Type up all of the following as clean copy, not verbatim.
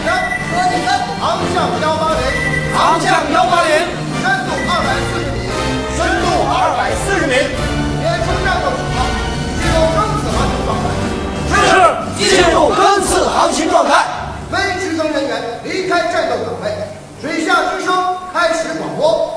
航向180， 航向180， 深度240米， 深度240米。 连成战斗情况，进入更次航行状态。非职能人员离开战斗岗位，水下之声开始广播。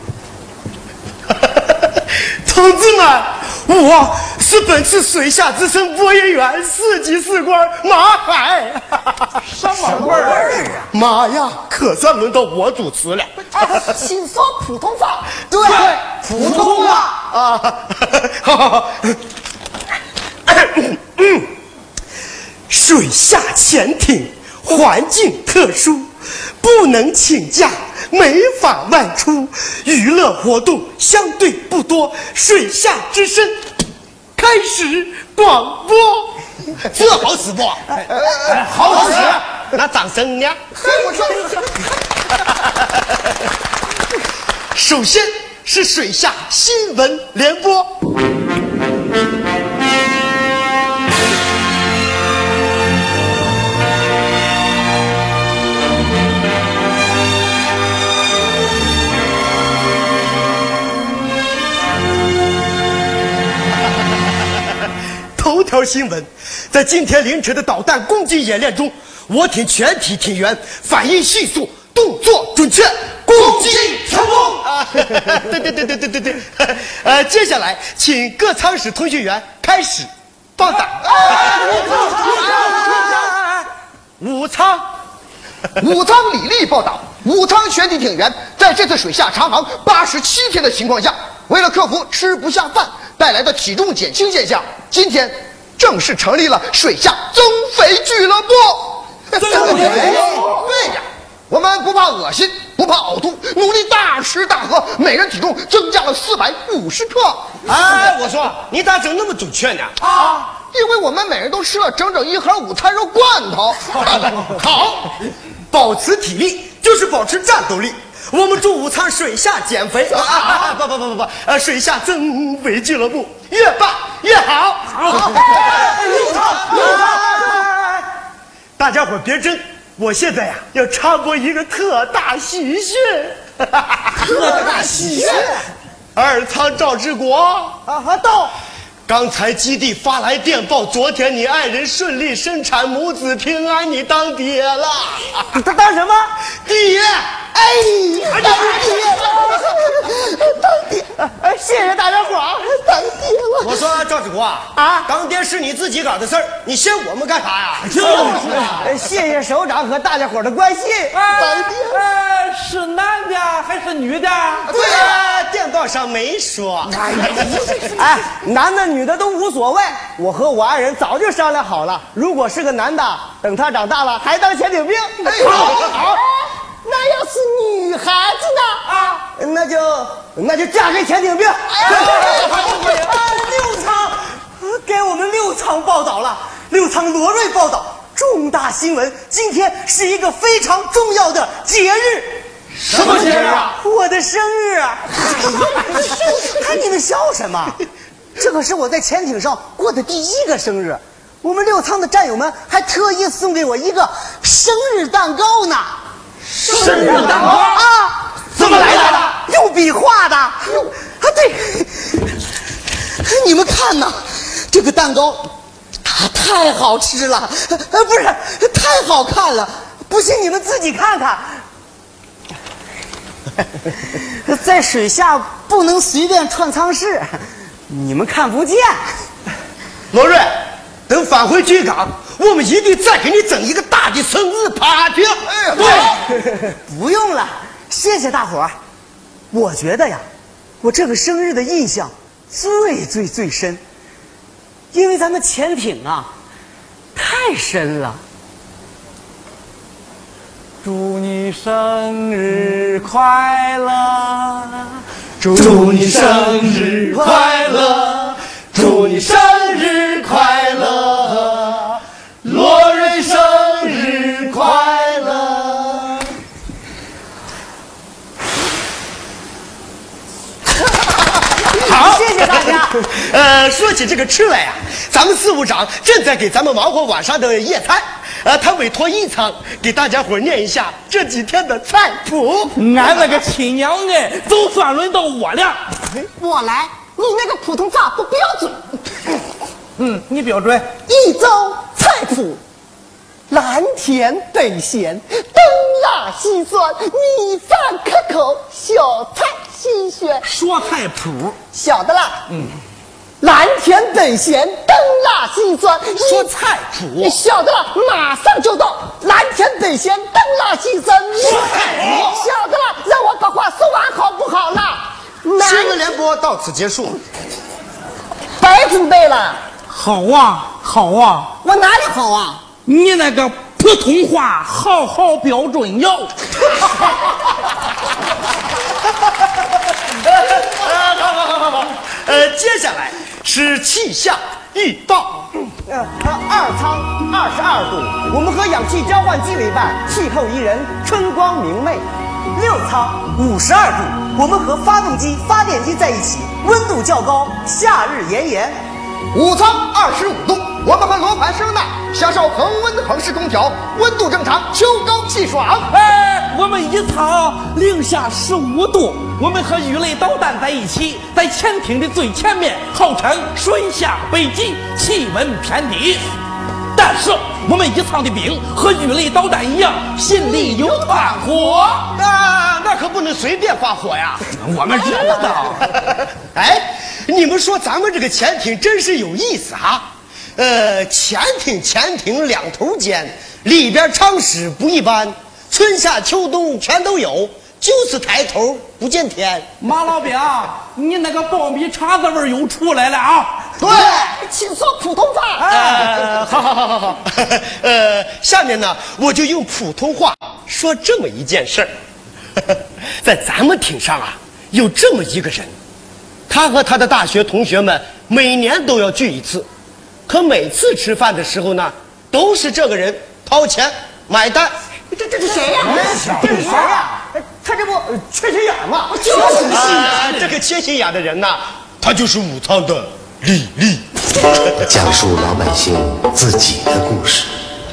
同志们，我是本次水下之声播音员4级士官马海。 什么味儿啊？ 妈呀，可算轮到我主持了。 请说普通话。 对，普通话啊。好。水下潜艇环境特殊，不能请假，没法外出，娱乐活动相对不多。水下之声开始广播，这好使不？ 好使。 那掌声呢？首先是水下新闻联播。头条新闻，在今天凌晨的导弹攻击演练中，我艇全体艇员反应迅速，动作准确，攻击成功啊！对，接下来请各舱室通讯员开始报道。武舱李丽报道，武舱全体艇员在这次水下长航87天的情况下，为了克服吃不下饭带来的体重减轻现象，今天正式成立了水下增肥俱乐部。增肥？对呀，我们不怕恶心，不怕呕吐，努力大吃大喝，每人体重增加了450克。 哎，我说你咋整那么准确呢？ 啊，因为我们每人都吃了整整1盒午餐肉罐头。 好，保持体力就是保持战斗力。我们祝武舱水下减肥不，水下增肥俱乐部越办越好。大家伙别争，我现在呀要插播一个特大喜讯。 特大喜讯！ 二舱赵志国到。刚才基地发来电报，昨天你爱人顺利生产，母子平安，你当爹了。 当什么？ 爹！ 哎，当爹！谢谢大家伙儿，当爹了。 我说赵志国啊，当爹是你自己搞的事儿，你嫌我们干啥呀？ 谢谢首长和大家伙儿的关心。当爹是男的还是女的？ 对呀，电报上没说。 哎，男的女的都无所谓，我和我爱人早就商量好了，如果是个男的，等他长大了还当潜艇兵。好。那要是女孩子呢？啊，那就嫁给潜艇兵。六舱给我们6舱报道了，6舱罗瑞报道重大新闻，今天是一个非常重要的节日。 什么节日啊？ 我的生日啊！看你们笑什么？这可是我在潜艇上过的第1个生日，我们6舱的战友们还特意送给我一个生日蛋糕呢。 生日蛋糕啊？ 怎么来的？ 用笔画的。对，你们看呐，这个蛋糕它太好吃了，不是太好看了，不信你们自己看看。在水下不能随便串舱室，你们看不见。 罗瑞，等返回军港，我们一定再给你整一个大的生日 party。 对，不用了，谢谢大伙儿。我觉得呀，我这个生日的印象最深，因为咱们潜艇啊太深了。 祝你生日快乐， 祝你生日快乐，祝你生日快乐，罗瑞生日快乐。 好，谢谢大家。 说起这个吃来呀，咱们事务长正在给咱们忙活晚上的夜餐。他委托一仓给大家伙念一下这几天的菜谱。 俺那个亲娘哎，总算轮到我了。 我来，你那个普通话不标准。 你标准。 一周菜谱：蓝田北咸，灯辣稀酸，米饭可口，小菜新鲜。 说菜谱。 小的啦。蓝田北咸，灯辣稀酸。 说菜谱。 小的了，马上就到。蓝田北咸，灯辣稀酸。 说菜谱。 小的了，让我把话说完好不好啦？ 新闻联播到此结束。 白准备了。 好啊，好啊。 我哪里好啊？ 你那个普通话好标准哟。 好。接下来是气象预报。 二仓22度，我们和氧气交换机为伴，气候宜人，春光明媚。六仓52度，我们和发动机、发电机在一起，温度较高，夏日炎炎。 五仓25度，我们和罗盘声呐享受恒温恒湿空调，温度正常，秋高气爽。 我们一仓零下15度，我们和鱼雷导弹在一起，在潜艇的最前面，号称水下北极，气温偏低。但是我们一仓的兵和鱼雷导弹一样，心里有团火。 那可不能随便发火呀。 我们知道。 哎，你们说咱们这个潜艇真是有意思哈。潜艇两头尖，里边常识不一般，春夏秋冬全都有，就是抬头不见天。 马老兵，你那个爆米碴子味儿又出来了啊！ 对， 请说普通话。 好。下面呢，我就用普通话说这么一件事儿。在咱们艇上啊，有这么一个人，他和他的大学同学们每年都要聚一次，可每次吃饭的时候呢，都是这个人掏钱买单。 这是谁呀？这是谁呀？他这不缺心眼吗？ 就是这个缺心眼的人呐，他就是武仓的李丽， 讲述老百姓自己的故事。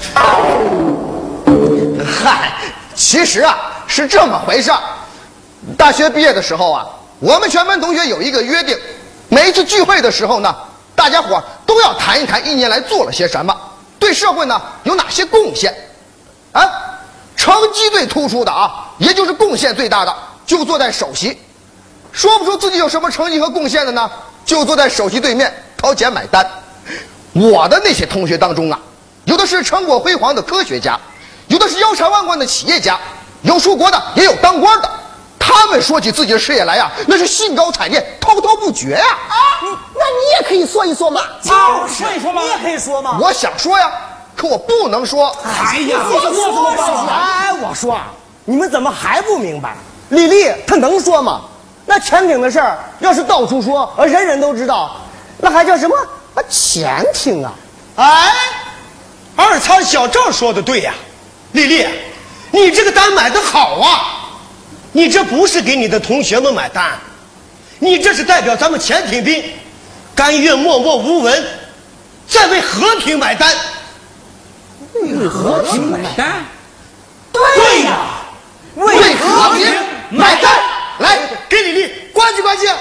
嗨，其实啊是这么回事儿。大学毕业的时候啊，我们全班同学有一个约定，每一次聚会的时候呢，大家伙都要谈一谈一年来做了些什么，对社会呢有哪些贡献。成绩最突出的啊，也就是贡献最大的，就坐在首席。说不出自己有什么成绩和贡献的呢，就坐在首席对面掏钱买单。我的那些同学当中啊，有的是成果辉煌的科学家，有的是腰缠万贯的企业家，有出国的，也有当官的。他们说起自己的事业来呀，那是兴高采烈，滔滔不绝呀。 那你也可以说一说嘛。 说一说嘛。 你也可以说嘛。 我想说呀，可我不能说。 哎呀， 我说啊，你们怎么还不明白？李丽她能说吗？那潜艇的事儿要是到处说，人人都知道，那还叫什么潜艇啊？ 哎，二仓小赵说的对呀，丽丽，你这个单买的好啊。你这不是给你的同学们买单，你这是代表咱们潜艇兵甘愿默默无闻，在为和平买单。 为和平买单？ 对呀， 为和平买单。来， 给李丽呱唧呱唧。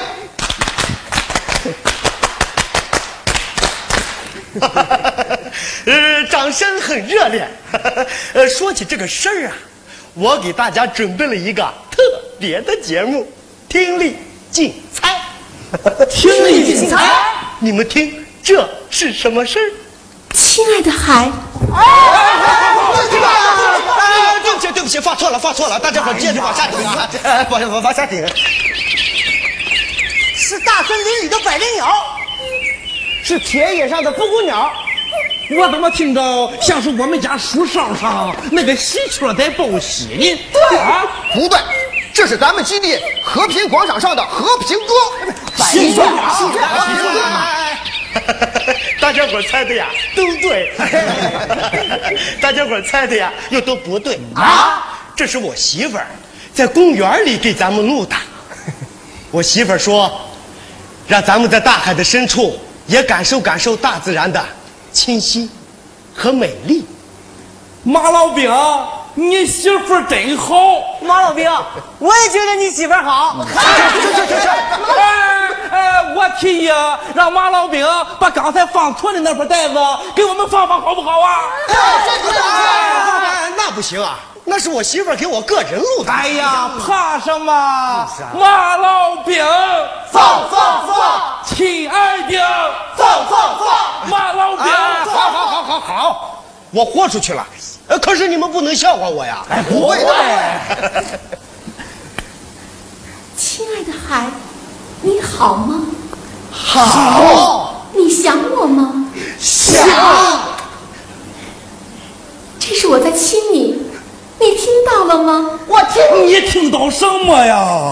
掌声很热烈。说起这个事儿啊，我给大家准备了一个特别的节目——听力竞猜。 听力竞猜， 你们听，这是什么事儿？ 亲爱的海， 对不起，发错了，大家伙接着往下听啊，往下听。 是大森林里的百灵鸟，是田野上的布谷鸟。 我怎么听着像是我们家树梢上那个喜鹊在报喜呢？ 对啊，不对，这是咱们基地和平广场上的和平鸽。 喜鹊， 大家伙猜的呀都对，大家伙猜的呀又都不对啊！这是我媳妇儿在公园里给咱们录的。我媳妇儿说， 让咱们在大海的深处也感受感受大自然的清新和美丽。 马老兵，你媳妇儿真好。 马老兵，我也觉得你媳妇儿好。 我提议让马老兵把刚才放错的那份袋子给我们放放，好不好啊？ 那不行啊，那是我媳妇儿给我个人录的。 哎呀，怕什么？马老兵， 放！ 亲爱的， 放！ 马老兵， 好，我豁出去了。可是你们不能笑话我呀！ 哎，不会的。 亲爱的海，你好吗？ 好， 你想我吗？ 想。 这是我在亲你，你听到了吗？ 我听你听到什么呀？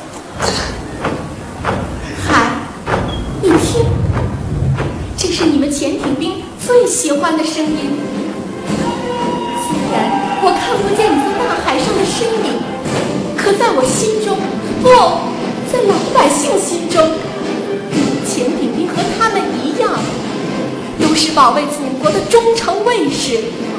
海，你听，这是你们潜艇兵最喜欢的声音。虽然我看不见你在大海上的身影，可在我心中，不，在老百姓心中，潜艇兵和他们一样，都是保卫祖国的忠诚卫士。